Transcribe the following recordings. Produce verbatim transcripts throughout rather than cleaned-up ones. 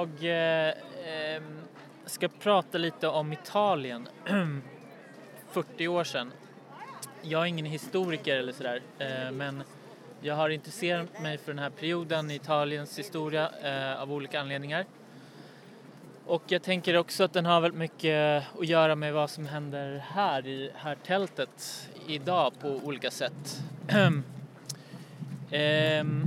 Jag eh, eh, ska prata lite om Italien fyrtio år sedan. Jag är ingen historiker eller sådär, eh, men jag har intresserat mig för den här perioden i Italiens historia eh, av olika anledningar. Och jag tänker också att den har väldigt mycket att göra med vad som händer här i här tältet idag på olika sätt. ehm,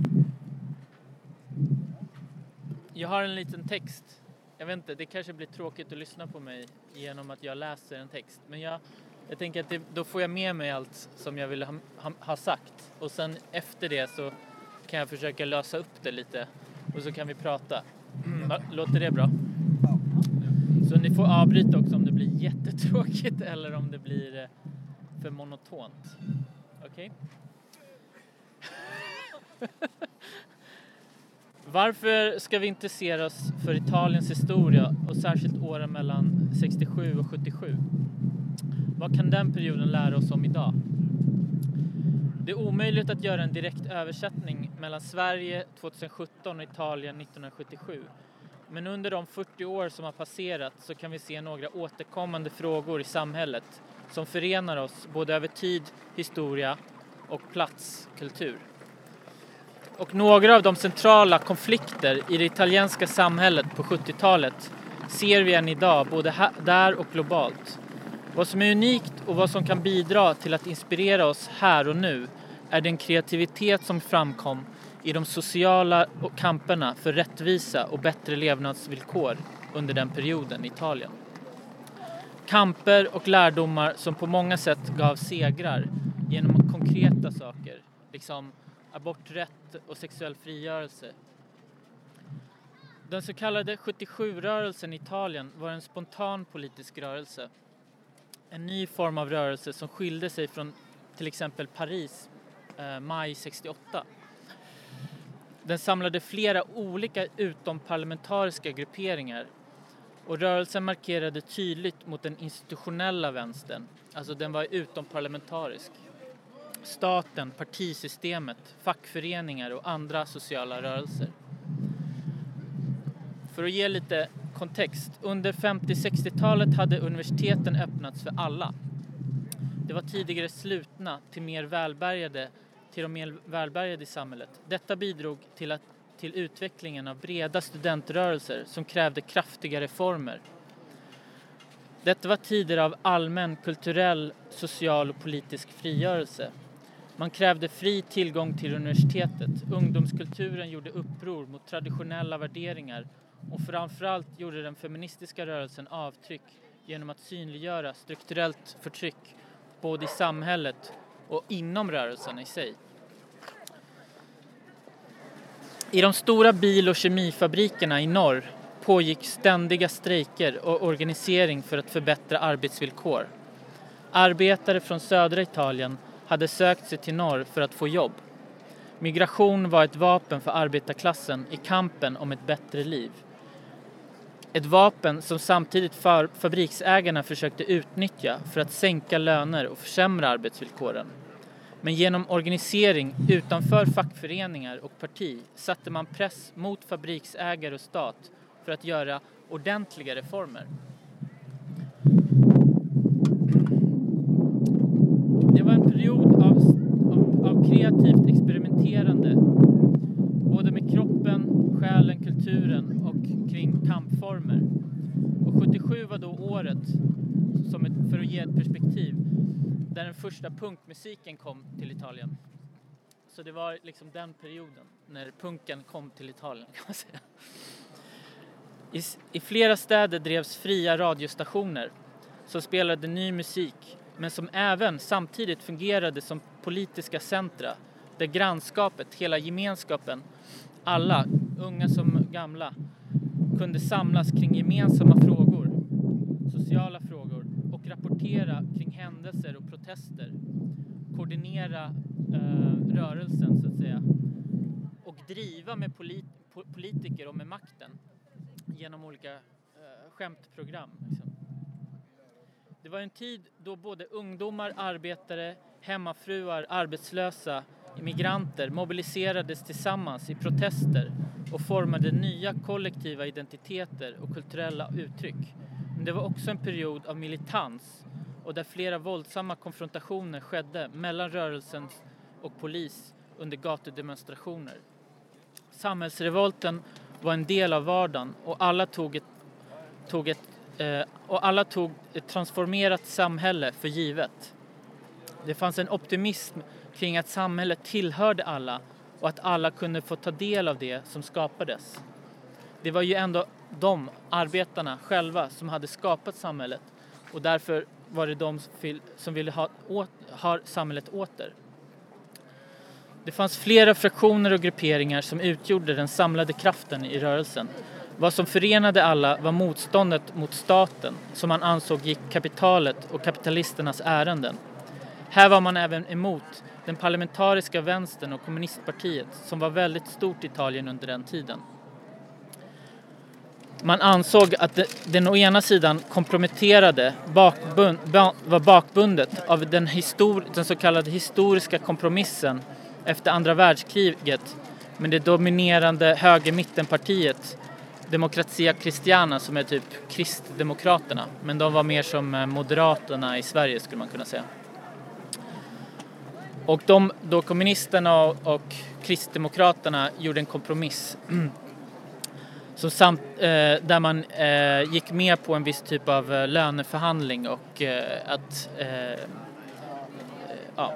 jag har en liten text. Jag vet inte, det kanske blir tråkigt att lyssna på mig genom att jag läser en text. Men jag, jag tänker att det, då får jag med mig allt som jag vill ha, ha, ha sagt. Och sen efter det så kan jag försöka lösa upp det lite. Och så kan vi prata. Låter det bra? Så ni får avbryta också om det blir jättetråkigt eller om det blir för monotont. Okej? Okay? Varför ska vi intressera oss för Italiens historia och särskilt åren mellan sextiosju och sjuttiosju? Vad kan den perioden lära oss om idag? Det är omöjligt att göra en direkt översättning mellan Sverige tjugosjutton och Italien nittonhundrasjuttiosju. Men under de fyrtio år som har passerat så kan vi se några återkommande frågor i samhället som förenar oss både över tid, historia och plats, kultur. Och några av de centrala konflikter i det italienska samhället på sjuttiotalet ser vi än idag både här, där och globalt. Vad som är unikt och vad som kan bidra till att inspirera oss här och nu är den kreativitet som framkom i de sociala kamperna för rättvisa och bättre levnadsvillkor under den perioden i Italien. Kamper och lärdomar som på många sätt gav segrar genom konkreta saker, liksom aborträtt och sexuell frigörelse. Den så kallade sjuttiosju-rörelsen i Italien var en spontan politisk rörelse. En ny form av rörelse som skilde sig från till exempel Paris eh, maj sextioåtta. Den samlade flera olika utomparlamentariska grupperingar och rörelsen markerade tydligt mot den institutionella vänstern, alltså den var utomparlamentarisk. Staten, partisystemet, fackföreningar och andra sociala rörelser. För att ge lite kontext, under femtio-sextiotalet hade universiteten öppnats för alla. Det var tidigare slutna till mer välbärgade, till de mer välbärgade i samhället. Detta bidrog till, att, till utvecklingen av breda studentrörelser som krävde kraftiga reformer. Detta var tider av allmän, kulturell, social och politisk frigörelse. Man krävde fri tillgång till universitetet. Ungdomskulturen gjorde uppror mot traditionella värderingar och framförallt gjorde den feministiska rörelsen avtryck genom att synliggöra strukturellt förtryck både i samhället och inom rörelsen i sig. I de stora bil- och kemifabrikerna i norr pågick ständiga strejker och organisering för att förbättra arbetsvillkor. Arbetare från södra Italien hade sökt sig till norr för att få jobb. Migration var ett vapen för arbetarklassen i kampen om ett bättre liv. Ett vapen som samtidigt för fabriksägarna försökte utnyttja för att sänka löner och försämra arbetsvillkoren. Men genom organisering utanför fackföreningar och parti satte man press mot fabriksägare och stat för att göra ordentliga reformer. Det var en period av, av, av kreativt experimenterande både med kroppen, själen, kulturen och kring kampformer. Och sjuttiosju var då året, som ett, för att ge ett perspektiv, där den första punkmusiken kom till Italien. Så det var liksom den perioden när punken kom till Italien, kan man säga. I, i flera städer drevs fria radiostationer som spelade ny musik, men som även samtidigt fungerade som politiska centra, där grannskapet, hela gemenskapen, alla, unga som gamla, kunde samlas kring gemensamma frågor, sociala frågor, och rapportera kring händelser och protester, koordinera eh, rörelsen så att säga, och driva med polit- politiker och med makten genom olika eh, skämtprogram. Liksom. Det var en tid då både ungdomar, arbetare, hemmafruar, arbetslösa migranter mobiliserades tillsammans i protester och formade nya kollektiva identiteter och kulturella uttryck. Men det var också en period av militans och där flera våldsamma konfrontationer skedde mellan rörelsen och polis under gatudemonstrationer. Samhällsrevolten var en del av vardagen och alla tog ett, tog ett, eh, och alla tog ett transformerat samhälle för givet. Det fanns en optimism kring att samhället tillhörde alla och att alla kunde få ta del av det som skapades. Det var ju ändå de, arbetarna själva, som hade skapat samhället och därför var det de som ville ha, ha samhället åter. Det fanns flera fraktioner och grupperingar som utgjorde den samlade kraften i rörelsen. Vad som förenade alla var motståndet mot staten som man ansåg gick kapitalet och kapitalisternas ärenden. Här var man även emot den parlamentariska vänstern och kommunistpartiet som var väldigt stort i Italien under den tiden. Man ansåg att den å ena sidan komprometterade bakbund, var bakbundet av den, histor, den så kallade historiska kompromissen efter andra världskriget med det dominerande höger-mittenpartiet Democrazia Cristiana som är typ kristdemokraterna, men de var mer som moderaterna i Sverige skulle man kunna säga. Och de, då kommunisterna och, och kristdemokraterna gjorde en kompromiss så samt, eh, där man eh, gick med på en viss typ av eh, löneförhandling och eh, att eh, ja,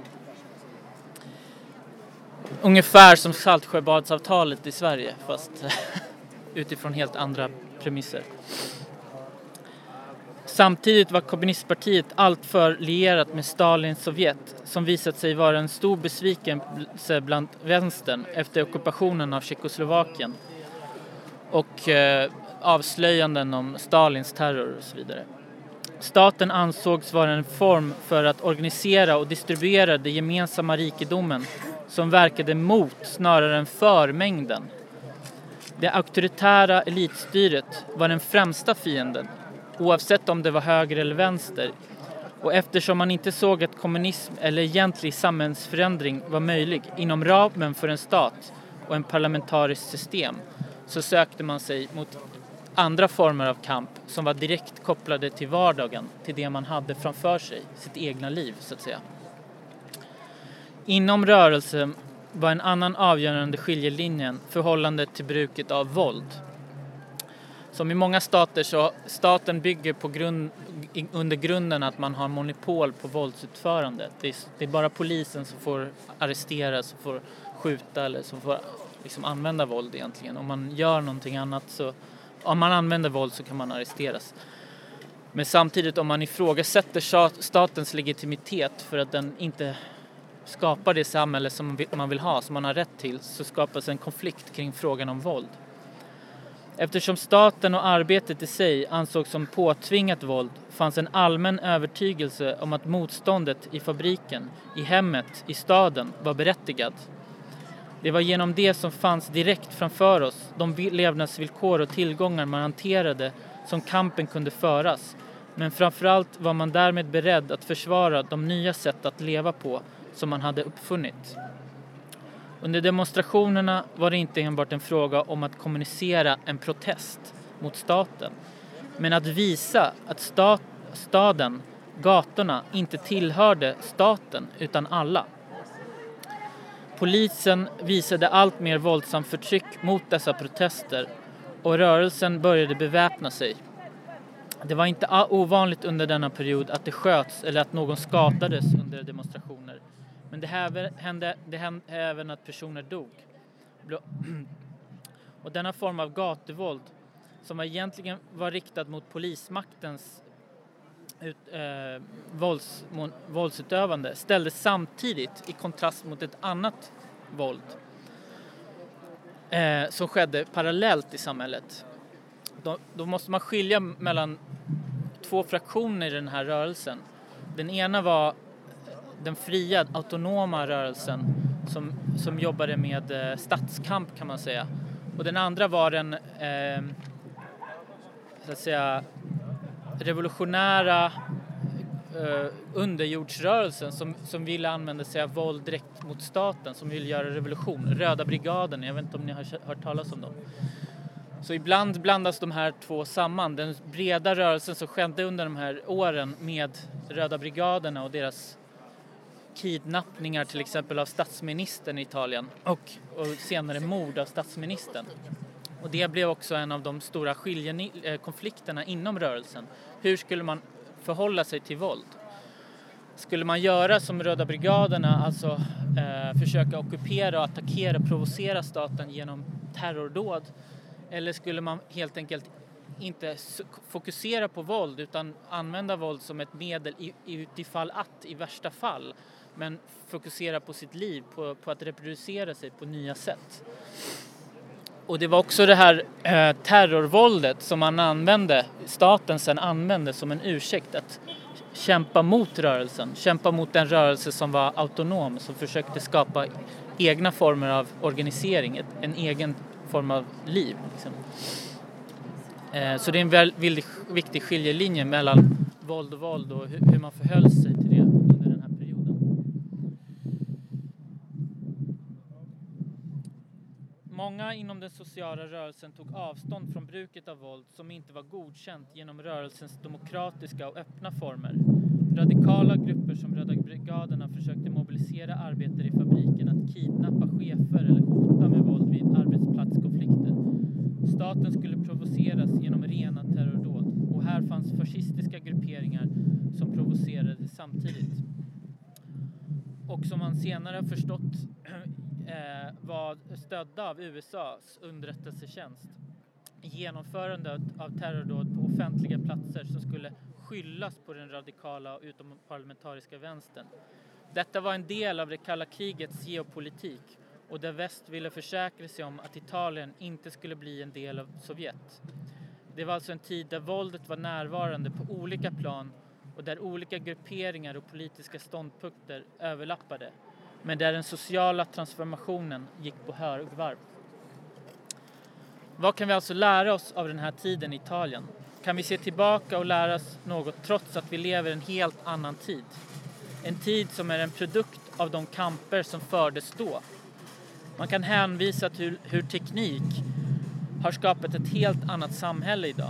ungefär som Saltsjöbadsavtalet i Sverige fast utifrån helt andra premisser. Samtidigt var kommunistpartiet alltför lierat med Stalins Sovjet som visat sig vara en stor besvikelse bland vänstern efter ockupationen av Tjeckoslovakien och eh, avslöjanden om Stalins terror och så vidare. Staten ansågs vara en form för att organisera och distribuera den gemensamma rikedomen som verkade mot snarare än för mängden. Det auktoritära elitstyret var den främsta fienden, oavsett om det var höger eller vänster. Och eftersom man inte såg att kommunism eller egentlig samhällsförändring var möjlig inom ramen för en stat och en parlamentariskt system så sökte man sig mot andra former av kamp som var direkt kopplade till vardagen, till det man hade framför sig, sitt egna liv så att säga. Inom rörelsen var en annan avgörande skiljelinjen förhållandet till bruket av våld. Som i många stater så staten bygger på grund, under grunden att man har monopol på våldsutförande. Det är, det är bara polisen som får arrestera, som får skjuta eller som får liksom använda våld egentligen. Om man gör någonting annat så, om man använder våld så kan man arresteras. Men samtidigt om man ifrågasätter statens legitimitet för att den inte skapar det samhälle som man vill ha, som man har rätt till, så skapas en konflikt kring frågan om våld. Eftersom staten och arbetet i sig ansågs som påtvingat våld fanns en allmän övertygelse om att motståndet i fabriken, i hemmet, i staden var berättigat. Det var genom det som fanns direkt framför oss, de levnadsvillkor och tillgångar man hanterade, som kampen kunde föras. Men framförallt var man därmed beredd att försvara de nya sätt att leva på som man hade uppfunnit. Under demonstrationerna var det inte enbart en fråga om att kommunicera en protest mot staten, men att visa att stat, staden, gatorna inte tillhörde staten utan alla. Polisen visade allt mer våldsam förtryck mot dessa protester och rörelsen började beväpna sig. Det var inte ovanligt under denna period att det sköts eller att någon skadades under demonstrationer. Men det hände, det hände även att personer dog. Och denna form av gatuvåld som egentligen var riktad mot polismaktens ut, eh, vålds, må, våldsutövande ställdes samtidigt i kontrast mot ett annat våld eh, som skedde parallellt i samhället. Då, då måste man skilja mellan två fraktioner i den här rörelsen. Den ena var den fria, autonoma rörelsen som, som jobbade med eh, statskamp kan man säga. Och den andra var den eh, så att säga revolutionära uh, underjordsrörelsen som, som ville använda sig av våld direkt mot staten, som ville göra revolution. Röda brigaden, jag vet inte om ni har hört talas om dem. Så ibland blandas de här två samman. Den breda rörelsen som skedde under de här åren med Röda brigaderna och deras kidnappningar till exempel av statsministern i Italien och, och senare mord av statsministern. Och det blev också en av de stora skiljekonflikterna inom rörelsen. Hur skulle man förhålla sig till våld? Skulle man göra som Röda brigaderna, alltså eh, försöka ockupera och attackera och provocera staten genom terrordåd? Eller skulle man helt enkelt inte fokusera på våld utan använda våld som ett medel i, utifall att, i värsta fall, men fokusera på sitt liv, på, på att reproducera sig på nya sätt? Och det var också det här eh, terrorvåldet som man använde, staten sen använde som en ursäkt att kämpa mot rörelsen, kämpa mot den rörelse som var autonom, som försökte skapa egna former av organisering, en egen form av liv. Liksom. Eh, så det är en väldigt viktig skiljelinje mellan våld och våld och hur, hur man förhöll sig till det under den här perioden. Många inom den sociala rörelsen tog avstånd från bruket av våld som inte var godkänt genom rörelsens demokratiska och öppna former. Radikala grupper som Röda brigaderna försökte mobilisera arbetare i fabriken att kidnappa chefer eller hota med våld vid arbetsplatskonflikter. Staten skulle provoceras genom rena terrordåd och här fanns fascistiska grupperingar som provocerade samtidigt. Och som man senare har förstått eh, var stödda av U S A:s underrättelsetjänst. Genomförandet av terrordåd på offentliga platser som skulle skyllas på den radikala och utomparlamentariska vänstern. Detta var en del av det kalla krigets geopolitik och där väst ville försäkra sig om att Italien inte skulle bli en del av Sovjet. Det var alltså en tid där våldet var närvarande på olika plan och där olika grupperingar och politiska ståndpunkter överlappade, men där den sociala transformationen gick på högvarv. Vad kan vi alltså lära oss av den här tiden i Italien? Kan vi se tillbaka och lära oss något trots att vi lever i en helt annan tid? En tid som är en produkt av de kamper som fördes då. Man kan hänvisa till hur teknik har skapat ett helt annat samhälle idag.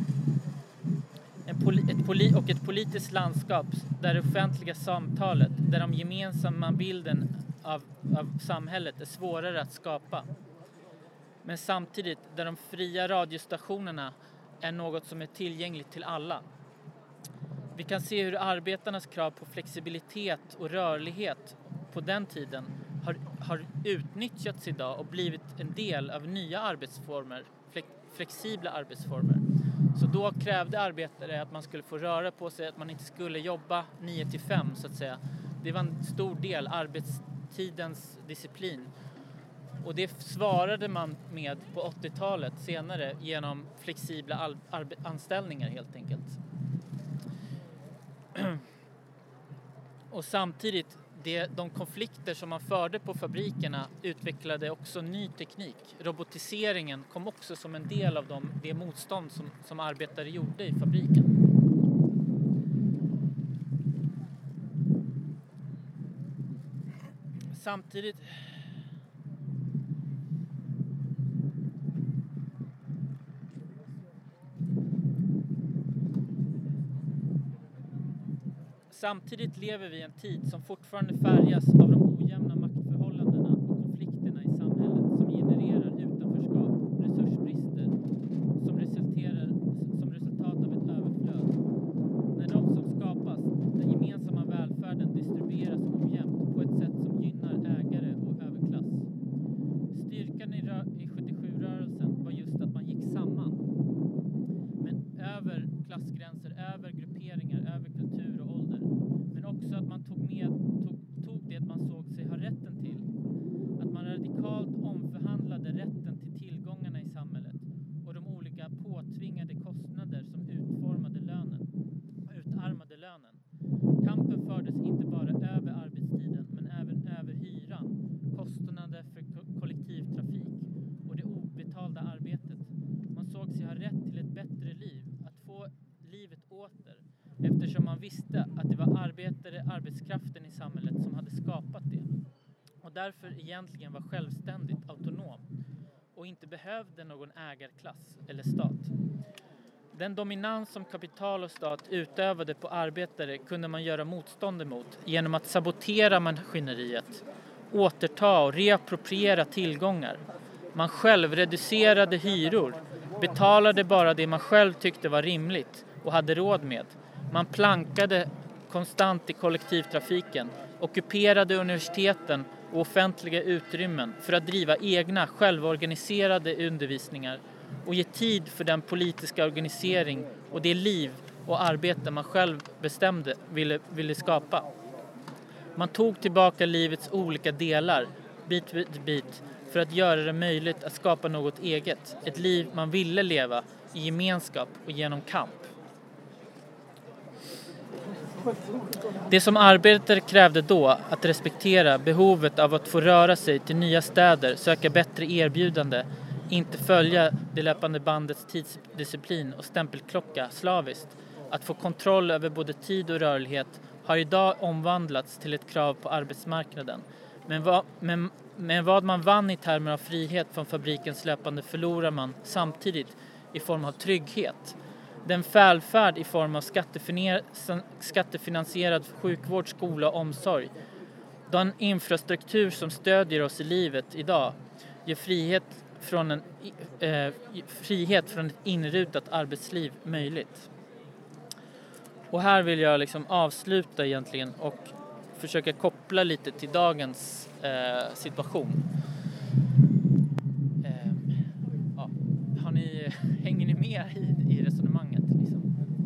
En poli- ett poli- och ett politiskt landskap där det offentliga samtalet, där de gemensamma bilden av, av samhället är svårare att skapa. Men samtidigt där de fria radiostationerna är något som är tillgängligt till alla. Vi kan se hur arbetarnas krav på flexibilitet och rörlighet på den tiden har, har utnyttjats idag och blivit en del av nya arbetsformer, flexibla arbetsformer. Så då krävde arbetare att man skulle få röra på sig, att man inte skulle jobba nio till fem så att säga. Det var en stor del arbetstidens disciplin. Och det svarade man med på åttiotalet senare genom flexibla al- arbe- anställningar helt enkelt. Och samtidigt, det, de konflikter som man förde på fabrikerna utvecklade också ny teknik. Robotiseringen kom också som en del av de, det motstånd som, som arbetare gjorde i fabriken. Samtidigt Samtidigt lever vi i en tid som fortfarande färgas av de ojämna maktförhållandena och konflikterna i samhället som genererar utanförskap, resursbrister som resulterar som resultat av ett överflöd. När de som skapas, den gemensamma välfärden distribueras ojämnt på ett sätt som gynnar ägare och överklass. Styrkan i, rö- i sjuttiosju-rörelsen var just att man gick samman. Men över klassgränser, över grupperingar, över kultur och ålder. Men också att man tog, med, tog, tog det man såg sig ha rätt drivkraften i samhället som hade skapat det. Och därför egentligen var självständigt autonom och inte behövde någon ägarklass eller stat. Den dominans som kapital och stat utövade på arbetare kunde man göra motstånd emot genom att sabotera maskineriet, återta och reappropriera tillgångar. Man själv reducerade hyror, betalade bara det man själv tyckte var rimligt och hade råd med. Man plankade konstant i kollektivtrafiken, ockuperade universiteten och offentliga utrymmen för att driva egna självorganiserade undervisningar och ge tid för den politiska organisering och det liv och arbete man själv bestämde ville, ville skapa. Man tog tillbaka livets olika delar, bit för bit, för att göra det möjligt att skapa något eget. Ett liv man ville leva i gemenskap och genom kamp. Det som arbetare krävde då, att respektera behovet av att få röra sig till nya städer, söka bättre erbjudande, inte följa det löpande bandets tidsdisciplin och stämpelklocka slaviskt, att få kontroll över både tid och rörlighet, har idag omvandlats till ett krav på arbetsmarknaden. Men vad, men, men vad man vann i termer av frihet från fabrikens löpande förlorar man samtidigt i form av trygghet. Den välfärd i form av skattefinansierad sjukvård, skola och omsorg. Den infrastruktur som stödjer oss i livet idag ger frihet från, en, eh, frihet från ett inrutat arbetsliv möjligt. Och här vill jag liksom avsluta egentligen och försöka koppla lite till dagens eh, situation. Eh, ja. Har ni, hänger ni med i, i resonemanget? Liksom?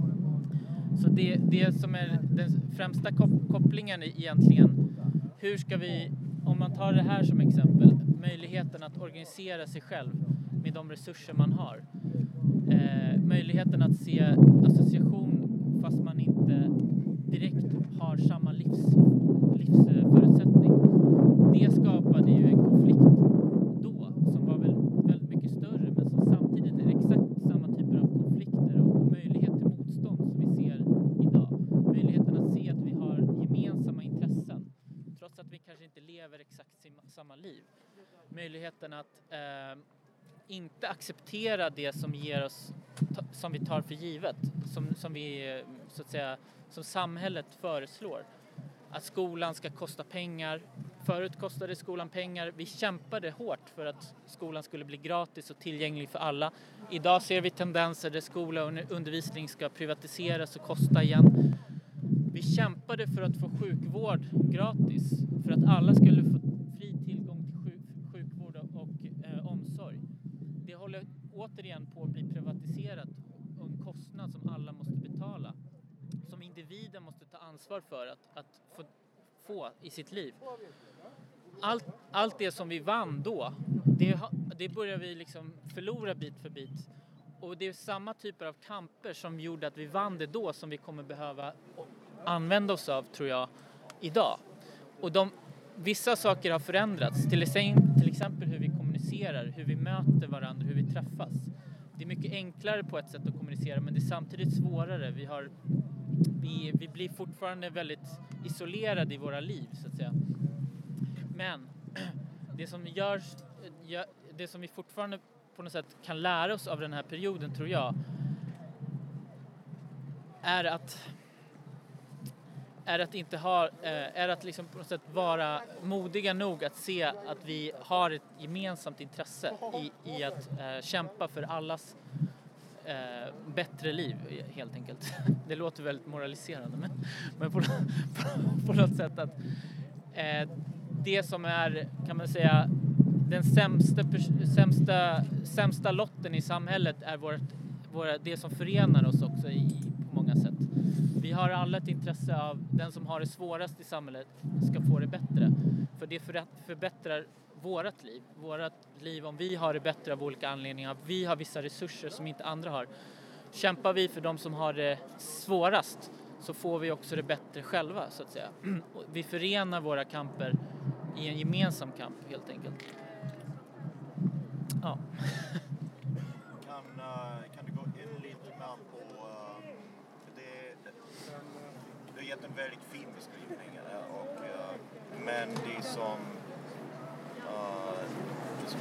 Så det, det som är den främsta kopplingen är egentligen, hur ska vi, om man tar det här som exempel, möjligheten att organisera sig själv med de resurser man har. Eh, möjligheten att se association fast man inte direkt har samma livs, livsförutsättning. Det skapade ju en konflikt då som var väl väldigt mycket större, men som samtidigt är exakt samma typer av konflikter och möjlighet till motstånd som vi ser idag. Möjligheten att se att vi har gemensamma intressen trots att vi kanske inte lever exakt samma liv. Möjligheten att eh, inte acceptera det som ger oss, som vi tar för givet, som, som vi så att säga, som samhället föreslår. Att skolan ska kosta pengar. Förut kostade skolan pengar. Vi kämpade hårt för att skolan skulle bli gratis och tillgänglig för alla. Idag ser vi tendenser där skola och undervisning ska privatiseras och kosta igen. Vi kämpade för att få sjukvård gratis, för att alla skulle få fri tillgång till sjuk, sjukvård och eh, omsorg. Det håller återigen på att bli privatiserat och en kostnad som alla måste betala. Som individen måste ta ansvar för att, att få, få i sitt liv. Allt, allt det som vi vann då, det, det börjar vi liksom förlora bit för bit. Och det är samma typer av kamper som gjorde att vi vann det då som vi kommer behöva använda oss av, tror jag, idag. Och de, vissa saker har förändrats, till exempel, till exempel hur vi kommunicerar, hur vi möter varandra, hur vi träffas. Det är mycket enklare på ett sätt att kommunicera, men det är samtidigt svårare. Vi, har, vi, vi blir fortfarande väldigt isolerade i våra liv, så att säga. Men det som, görs, det som vi fortfarande på något sätt kan lära oss av den här perioden, tror jag, är att är att inte ha är att liksom på något sätt vara modiga nog att se att vi har ett gemensamt intresse i, i att äh, kämpa för allas äh, bättre liv, helt enkelt. Det låter väldigt moraliserande, men, men på, på, på något sätt att äh, det som är, kan man säga, den sämsta, sämsta, sämsta lotten i samhället är vårt, våra, det som förenar oss också i, på många sätt. Vi har alla ett intresse av den som har det svårast i samhället ska få det bättre. För det förbättrar vårat liv. Vårat liv om vi har det bättre av olika anledningar. Vi har vissa resurser som inte andra har. Kämpar vi för de som har det svårast så får vi också det bättre själva, så att säga. Vi förenar våra kamper i en gemensam kamp, helt enkelt. Ja. Kan, uh, kan du gå in lite mer på uh, det, du har gett en väldigt fin beskrivning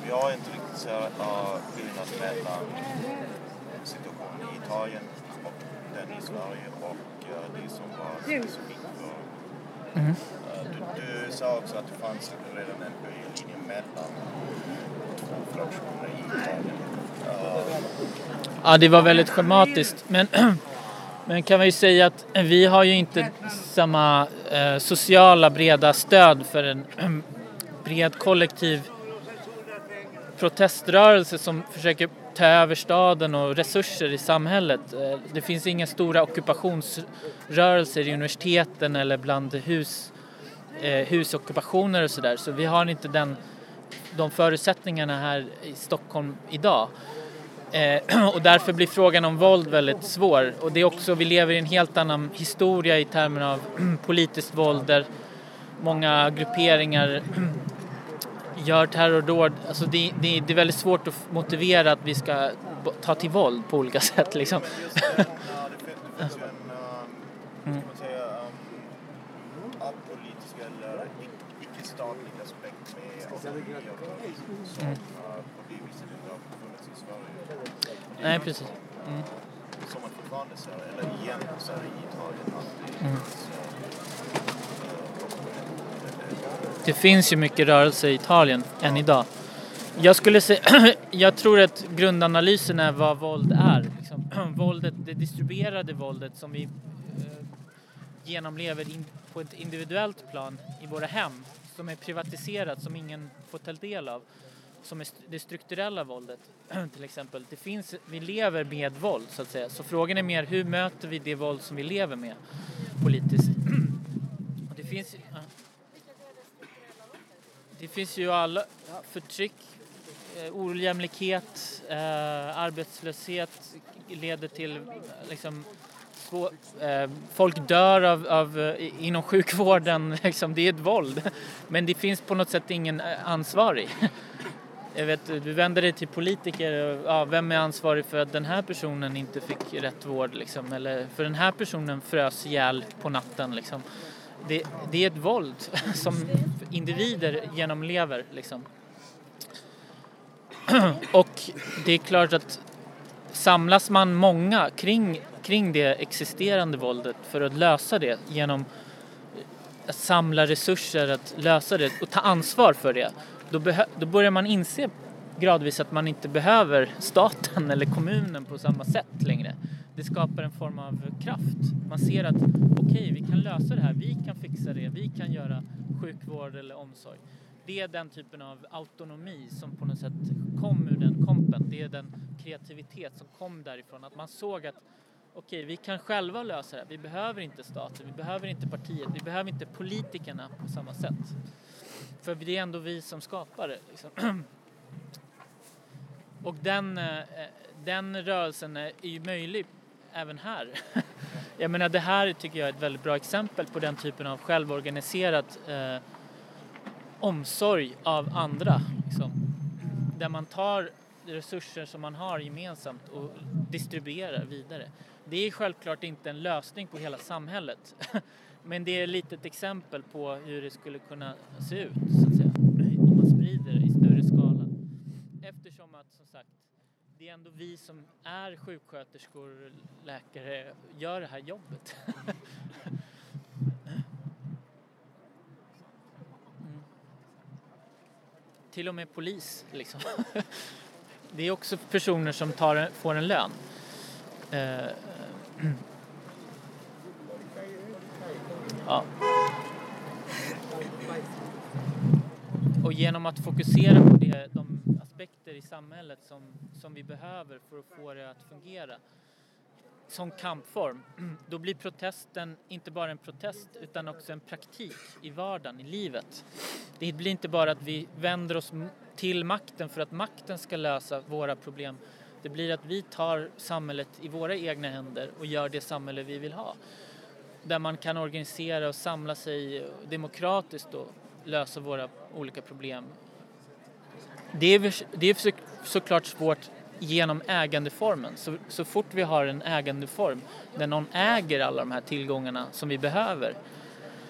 vi har inte riktigt så här uh, skillnad mellan situationen i Italien och den i Sverige och uh, det som var specifikt för... Mm. Uh, du, du sa också att det fanns redan en skiljelinje mellan två fraktioner i Italien. Uh, ja, det var väldigt schematiskt, men... Men kan vi ju säga att vi har ju inte samma eh, sociala breda stöd för en bred kollektiv proteströrelse som försöker ta över staden och resurser i samhället. Eh, det finns inga stora ockupationsrörelser i universiteten eller bland hus, eh, husockupationer och sådär. Så vi har inte den, de förutsättningarna här i Stockholm idag. Eh, och därför blir frågan om våld väldigt svår. Och det är också, vi lever i en helt annan historia i termer av politiskt våld där många grupperingar gör terrordåd. Alltså det, det, det är väldigt svårt att motivera att vi ska ta till våld på olika sätt liksom. Det finns ju en um, säga, um, apolitisk eller icke-statlig aspekt med avgörelsen som mm. på det viset inte har funnits i Sverige. Nej, precis. Mm. Som man fortfarande ser, eller igen så är det i Italien att det mm. så, det finns ju mycket rörelse i Italien än idag. Jag skulle säga, jag tror att grundanalysen är vad våld är. Liksom. Våldet, det distribuerade våldet som vi eh, genomlever in, på ett individuellt plan i våra hem. Som är privatiserat, som ingen får ta del av. Som är det strukturella våldet till exempel. Det finns, vi lever med våld så att säga. Så frågan är mer, hur möter vi det våld som vi lever med politiskt? Och det finns... Ja. Det finns ju alla förtryck, eh, ojämlikhet, eh, arbetslöshet leder till liksom, svår, eh, folk dör av, av, eh, inom sjukvården, liksom, det är ett våld. Men det finns på något sätt ingen ansvarig. Jag vet, du vänder dig till politiker, ja, vem är ansvarig för att den här personen inte fick rätt vård liksom, eller för den här personen frös ihjäl på natten liksom. Det, det är ett våld som individer genomlever liksom. Och det är klart att samlas man många kring, kring det existerande våldet för att lösa det genom att samla resurser att lösa det och ta ansvar för det, då, behö, då börjar man inse gradvis att man inte behöver staten eller kommunen på samma sätt längre. Det skapar en form av kraft. Man ser att okej, okay, vi kan lösa det här, vi kan fixa det, vi kan göra sjukvård eller omsorg. Det är den typen av autonomi som på något sätt kom ur den kompen. Det är den kreativitet som kom därifrån. Att man såg att okej, okay, vi kan själva lösa det här. Vi behöver inte staten, vi behöver inte partiet, vi behöver inte politikerna på samma sätt. För det är ändå vi som skapar det. Liksom. Och den, den rörelsen är ju möjlig även här. Jag menar, det här tycker jag är ett väldigt bra exempel på den typen av självorganiserad eh, omsorg av andra. Liksom. Där man tar resurser som man har gemensamt och distribuerar vidare. Det är självklart inte en lösning på hela samhället. Men det är ett litet exempel på hur det skulle kunna se ut, så att säga, om man sprider det i större skala. Eftersom att, som sagt, det är ändå vi som är sjuksköterskor, läkare, gör det här jobbet. mm. Till och med polis, liksom. Det är också personer som tar, får en lön. Uh, ja. Och genom att fokusera på det, de aspekter i samhället som, som vi behöver för att få det att fungera som kampform, då blir protesten inte bara en protest utan också en praktik i vardagen, i livet. Det blir inte bara att vi vänder oss till makten för att makten ska lösa våra problem. Det blir att vi tar samhället i våra egna händer och gör det samhälle vi vill ha. Där man kan organisera och samla sig demokratiskt och lösa våra olika problem. Det är, det är så, såklart svårt genom ägandeformen. Så, så fort vi har en ägandeform där någon äger alla de här tillgångarna som vi behöver,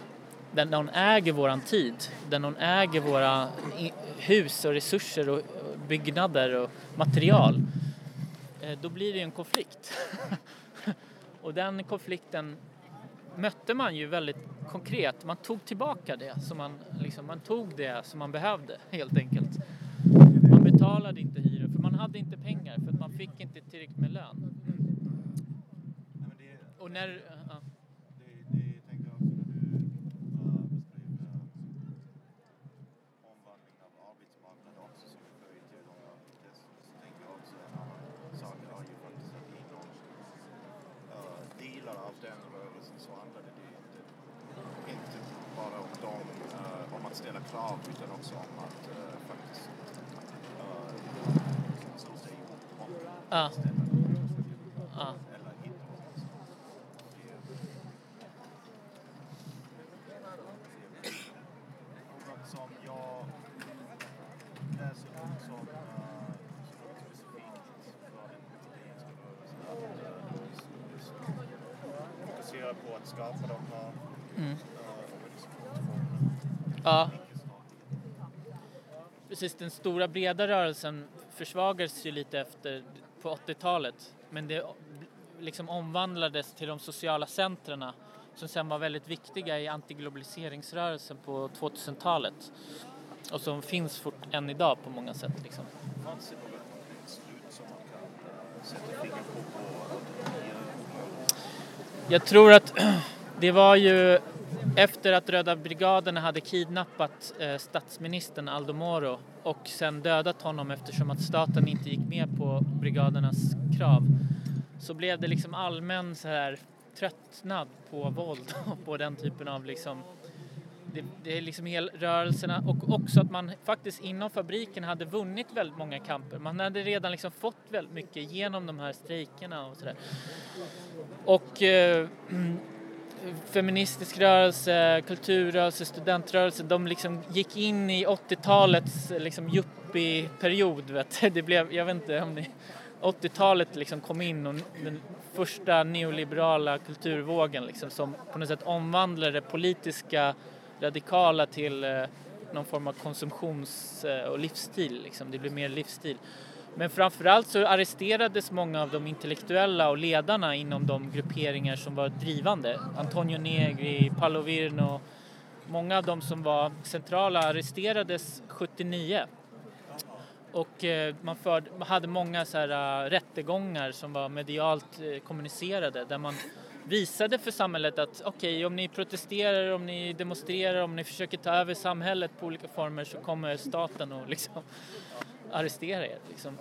där någon äger våran tid, där någon äger våra hus och resurser och, byggnader och material, eh, då blir det en konflikt. Och den konflikten mötte man ju väldigt konkret. Man tog tillbaka det som man, liksom, man tog det som man behövde helt enkelt. Man betalade inte hyra för man hade inte pengar för att man fick inte tillräckligt med lön. Och när... Ja. Ställa krav utan också om att uh, faktiskt uh, slå sig ihop och ja. ställa Ja. eller hitta något som jag läser om som uh, specifikt för den italienska rörelsen att uh, just fokusera på att skapa de här Mm. uh, Ja. Precis, den stora breda rörelsen försvagades ju lite efter på åttiotalet. Men det liksom omvandlades till de sociala centrarna som sen var väldigt viktiga i antiglobaliseringsrörelsen på tvåtusentalet. Och som finns fort än idag på många sätt. Liksom. Fanns det något slut som man kan sätta fingret på på? Jag tror att det var ju efter att Röda brigaderna hade kidnappat eh, statsministern Aldo Moro och sen dödat honom eftersom att staten inte gick med på brigadernas krav, så blev det liksom allmän så här tröttnad på våld och på den typen av liksom det, det är liksom hela rörelserna, och också att man faktiskt inom fabriken hade vunnit väldigt många kamper. Man hade redan liksom fått väldigt mycket genom de här strejkerna och sådär. Och eh, feministisk rörelse, kulturrörelse, studentrörelse, de liksom gick in i åttiotalets liksom yuppie-period, vet. Det blev, jag vet inte om ni, åttiotalet liksom kom in och den första neoliberala kulturvågen liksom, som på något sätt omvandlade det politiska radikala till eh, någon form av konsumtions- eh, och livsstil liksom. Det blev mer livsstil. Men framförallt så arresterades många av de intellektuella och ledarna inom de grupperingar som var drivande. Antonio Negri, Paolo Virno, många av dem som var centrala arresterades sjuttionio. Och eh, man, förde, man hade många så här, uh, rättegångar som var medialt uh, kommunicerade, där man visade för samhället att okej, okay, om ni protesterar, om ni demonstrerar, om ni försöker ta över samhället på olika former, så kommer staten och liksom arrestera er. Liksom.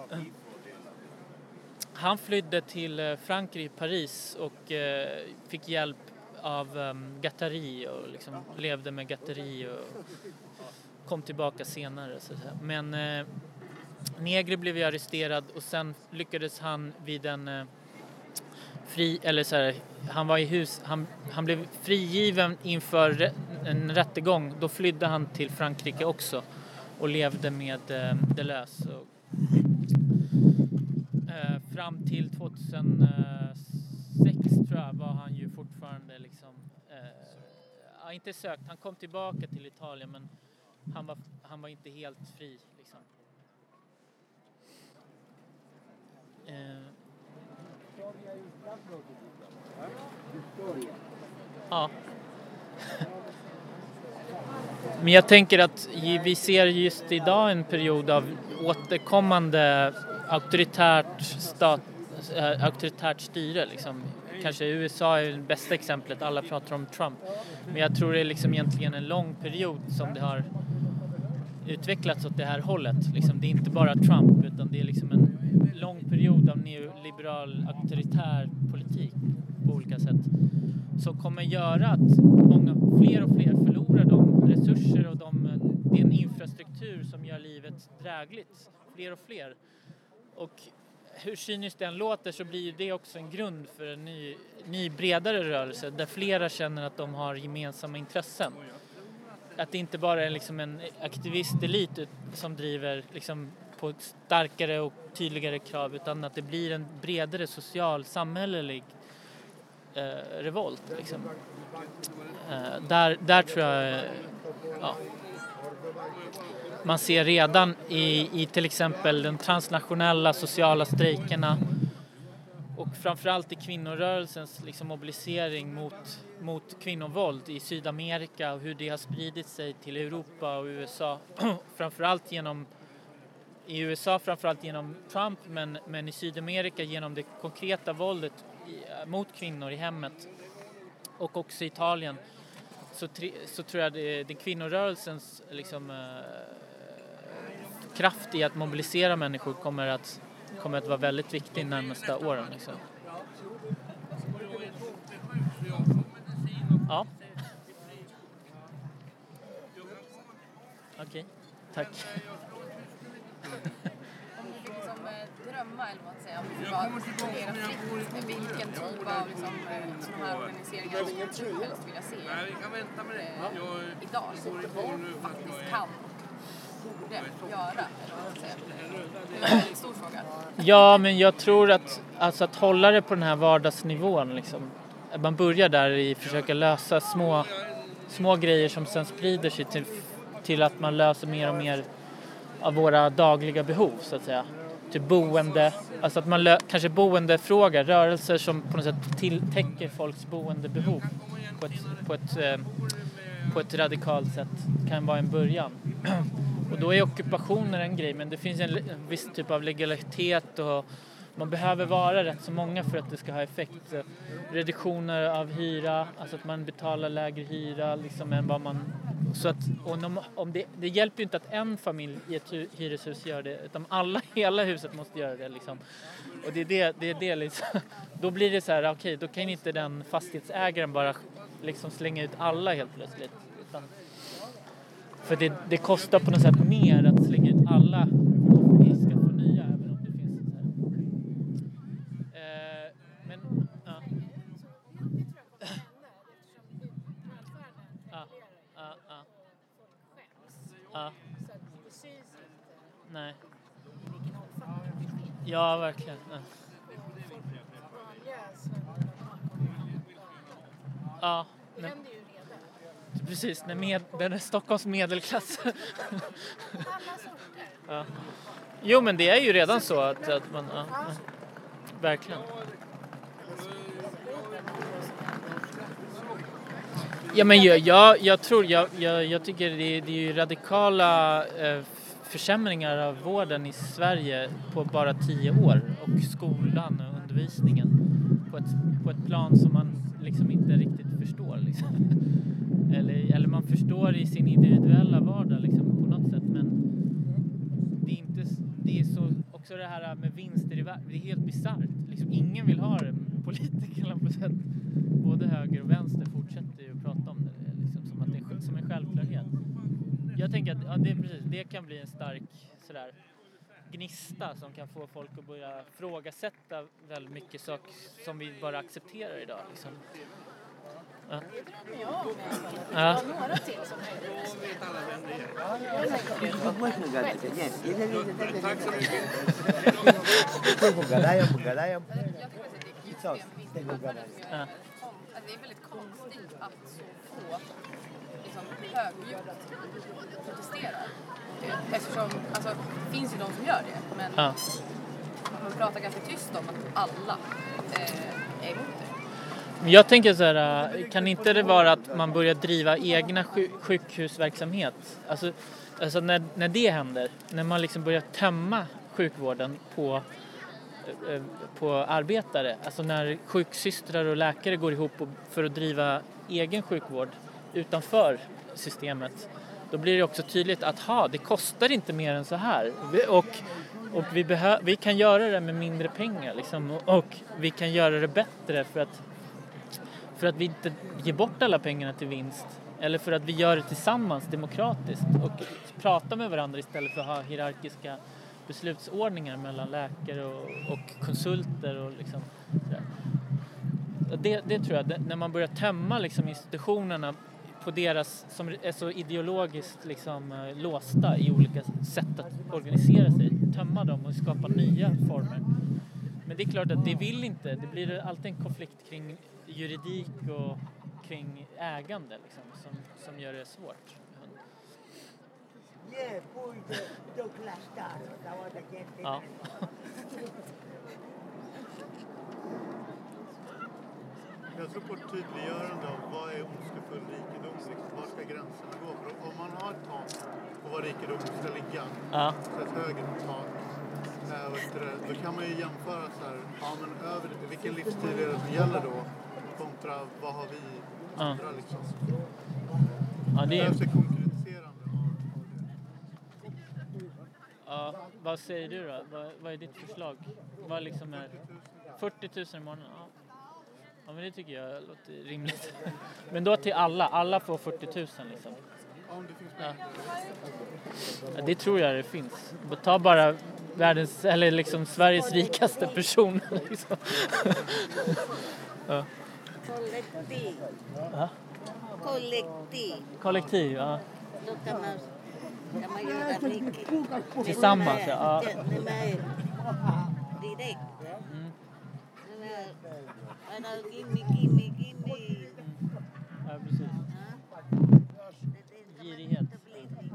Han flydde till Frankrike, Paris, och eh, fick hjälp av um, Gattari och liksom levde med Gattari och kom tillbaka senare. Så att men eh, Negri blev ju arresterad och sen lyckades han vid en eh, fri, eller så här, han var i hus, han, han blev frigiven inför en rättegång. Då flydde han till Frankrike också och levde med eh, Deleuze. Och, eh, fram till tjugohundrasex tror jag var han ju fortfarande liksom, eh, inte sökt, han kom tillbaka till Italien, men han var, han var inte helt fri liksom. Eh, ja. Men jag tänker att vi ser just idag en period av återkommande auktoritärt, stat, äh, auktoritärt styre. Liksom. Kanske U S A är det bästa exemplet, alla pratar om Trump. Men jag tror det är liksom egentligen en lång period som det har utvecklats åt det här hållet. Liksom, det är inte bara Trump, utan det är liksom en lång period av neoliberal auktoritär politik på olika sätt. Som kommer göra att många fler och fler förlorar de resurser och de, den infrastruktur som gör livet drägligt. Fler och fler. Och hur cyniskt den låter, så blir det också en grund för en ny, ny bredare rörelse där flera känner att de har gemensamma intressen. Att det inte bara är liksom en aktivistelit som driver liksom på starkare och tydligare krav, utan att det blir en bredare social, samhällelig eh, revolt. Liksom. Eh, där, där tror jag... Ja. man ser redan i, i till exempel den transnationella sociala strejkerna och framförallt i kvinnorörelsens liksom mobilisering mot, mot kvinnovåld i Sydamerika och hur det har spridit sig till Europa och U S A. framförallt genom i U S A framförallt genom Trump, men, men i Sydamerika genom det konkreta våldet i, mot kvinnor i hemmet och också i Italien. Så, tri, så tror jag det, det kvinnorörelsens liksom, eh, kraft i att mobilisera människor kommer att, kommer att vara väldigt viktig de närmaste åren. Liksom. Ja. Okej, okay. Tack. Om du fick liksom, drömma eller vad att säga, om du fick vara mer fritt med vilken typ av liksom, sådana här organiseringar som du helst vilja se eh, idag, som du faktiskt kan borde göra, eller vad att säga. Det är en väldigt stor fråga. Ja, men jag tror att, alltså, att hålla det på den här vardagsnivån liksom. Man börjar där i försöka lösa små, små grejer som sen sprider sig till, till att man löser mer och mer av våra dagliga behov så att säga. Typ boende, alltså att man lö- kanske boendefrågor, rörelser som på något sätt tilltäcker folks boendebehov på ett, på ett, eh, på ett radikalt sätt kan vara en början. Och då är ockupationer en grej, men det finns en, en viss typ av legalitet och man behöver vara rätt så många för att det ska ha effekt. Reduktioner av hyra, alltså att man betalar lägre hyra liksom än vad man... Så att, och om, om det, det hjälper ju inte att en familj i ett hyreshus gör det, utan alla, hela huset måste göra det liksom. Och det är det, det, är det liksom. Då blir det så här, okej, okay, då kan inte den fastighetsägaren bara liksom slänga ut alla helt plötsligt. Utan, för det, det kostar på något sätt mer att slänga ut alla och vi ska få nya, även om det finns så här. Eh, men, ja. Ja, ja, ja. Ja. Nej. Ja, verkligen. Ja. Ja, nej. Precis, när med, den är Stockholms medelklass. Ja. Jo, men det är ju redan så att, att man... Ja, ja. Verkligen. Ja, men jag, jag, jag tror... Jag, jag, jag tycker det, det är ju radikala eh, försämringar av vården i Sverige på bara tio år. Och skolan och undervisningen på ett, på ett plan som man liksom inte riktigt förstår. Liksom. Eller, eller man förstår i sin individuella vardag liksom, på något sätt, men det är inte, det är så också det här med vinster i världen, det är helt bizarrt. Liksom, ingen vill ha det. Politikerna på sätt, både höger och vänster fortsätter ju att prata om det liksom, som att det är som en självklarhet. Jag tänker att ja, det, precis, det kan bli en stark sådär, gnista som kan få folk att börja frågasätta väldigt mycket saker som vi bara accepterar idag. Liksom. Ja. Ja. Några till som Ja. Det är väldigt konstigt att så få liksom, högljutt protesterar. Eftersom, alltså, det finns ju de som gör det, men Ja. man pratar ganska tyst om att alla eh, är emot det. Jag tänker så här, kan inte det vara att man börjar driva egna sjukhusverksamhet? Alltså, alltså när, när det händer, när man liksom börjar tömma sjukvården på, på arbetare, alltså när sjuksystrar och läkare går ihop för att driva egen sjukvård utanför systemet, då blir det också tydligt att ha, det kostar inte mer än så här. Och, och vi, behö, vi kan göra det med mindre pengar liksom, och, och vi kan göra det bättre för att För att vi inte ger bort alla pengarna till vinst. Eller för att vi gör det tillsammans demokratiskt. Och pratar med varandra istället för att ha hierarkiska beslutsordningar mellan läkare och, och konsulter. Och liksom, det, det tror jag. Det, när man börjar tömma liksom, institutionerna på deras, som är så ideologiskt liksom, låsta i olika sätt att organisera sig. Tömma dem och skapa nya former. Men det är klart att det vill inte. Det blir alltid en konflikt kring juridik och kring ägande liksom, som, som gör det svårt. Ja. Jag tror på ett tydliggörande av vad är ondskefull rikedom, liksom, var ska gränserna gå? För om man har ett tak på vad rikedom ska ligga, Ja. så ett högre tak, äh, vet du, då kan man ju jämföra så här, ja men över, vilken livsstil är det som gäller då kontra vad har vi andra Ja. liksom. Ja, det Det är... behövs ett konkretiserande av, av det. Ja, vad säger du då? Vad, vad är ditt förslag? Vad liksom är fyrtio tusen i månaden? Ja. Ja, men det tycker jag låter rimligt. Men då till alla. Alla får fyrtio tusen liksom. Om det finns Ja. pengar. Ja, det tror jag det finns. Ta bara världens, eller liksom Sveriges rikaste person. Liksom. Ja. Kollektiv. Ja. Kollektiv. Kollektiv, ja. Då kan man, kan man göra mycket. Tillsammans, ja. Ja, när man är direkt. Mm. När man är gimme, gimme, gimme. Ja, precis. Ja. Det- det ska man Girighet. inte bli rik.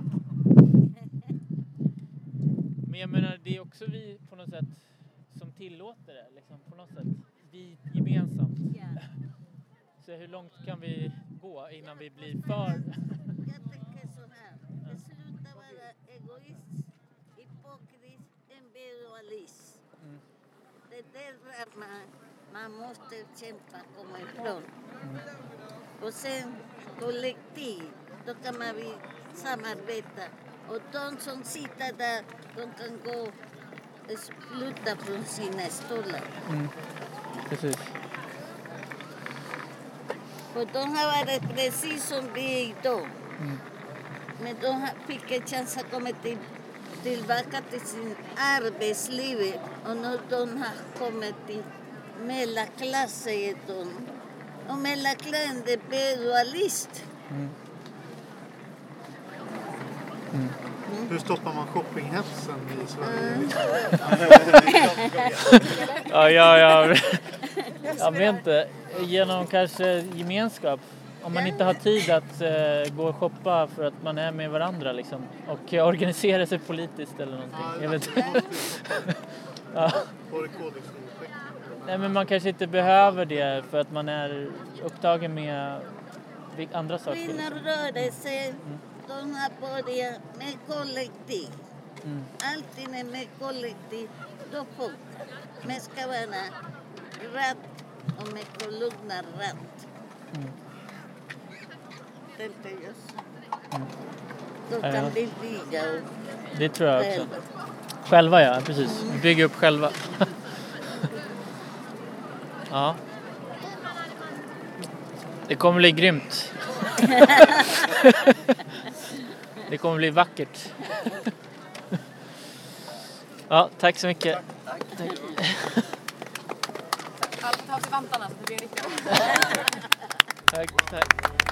Men jag menar, det är också vi på något sätt som tillåter det. Liksom, på något sätt. Vi gemensamt. Ja. Så hur långt kan vi gå innan vi blir för... Jag tänker så här. Det slutar vara egoist, hypokrit, imperialist. Mm. Det är där man, man måste kämpa och komma ifrån. Och sen kollektiv, då kan man vi samarbeta. Och de som sitter där, de kan gå och sluta från sina stolar. Mm. Precis. Och de har varit precis som vi är idag. Mm. Men de har- fick en chans att komma till, tillbaka till sin arbetsliv. Och nu de har kommit till mellanklass, säger de. Och mellanklassen är pluralist. Mm. Hur stoppar man shoppinghetsen i Sverige? Ja, ja, ja. Jag vet inte. Genom kanske gemenskap. Om man inte har tid att uh, gå och shoppa för att man är med varandra liksom. Och uh, organisera sig politiskt eller någonting. Jag vet inte. Ja. Var det koldioxideffekten? Nej, men man kanske inte behöver det för att man är upptagen med vil- andra saker. Liksom. Kvinnorörelsen, de har börjat med kollektiv. Mm. Alltid är med kollektiv, då funkar. Men ska vara rätt och med kolumnar rätt. Mm. Tänkte jag så. Mm. Då Ja, kan ja. vi bygga upp Det tror jag också. själva. Själva, ja. Precis. Bygga upp själva. Ja. Det kommer bli grymt. Det kommer bli vackert. Ja, tack så mycket. Tack. Allt tar till vantarna så det blir riktigt. Tack, tack.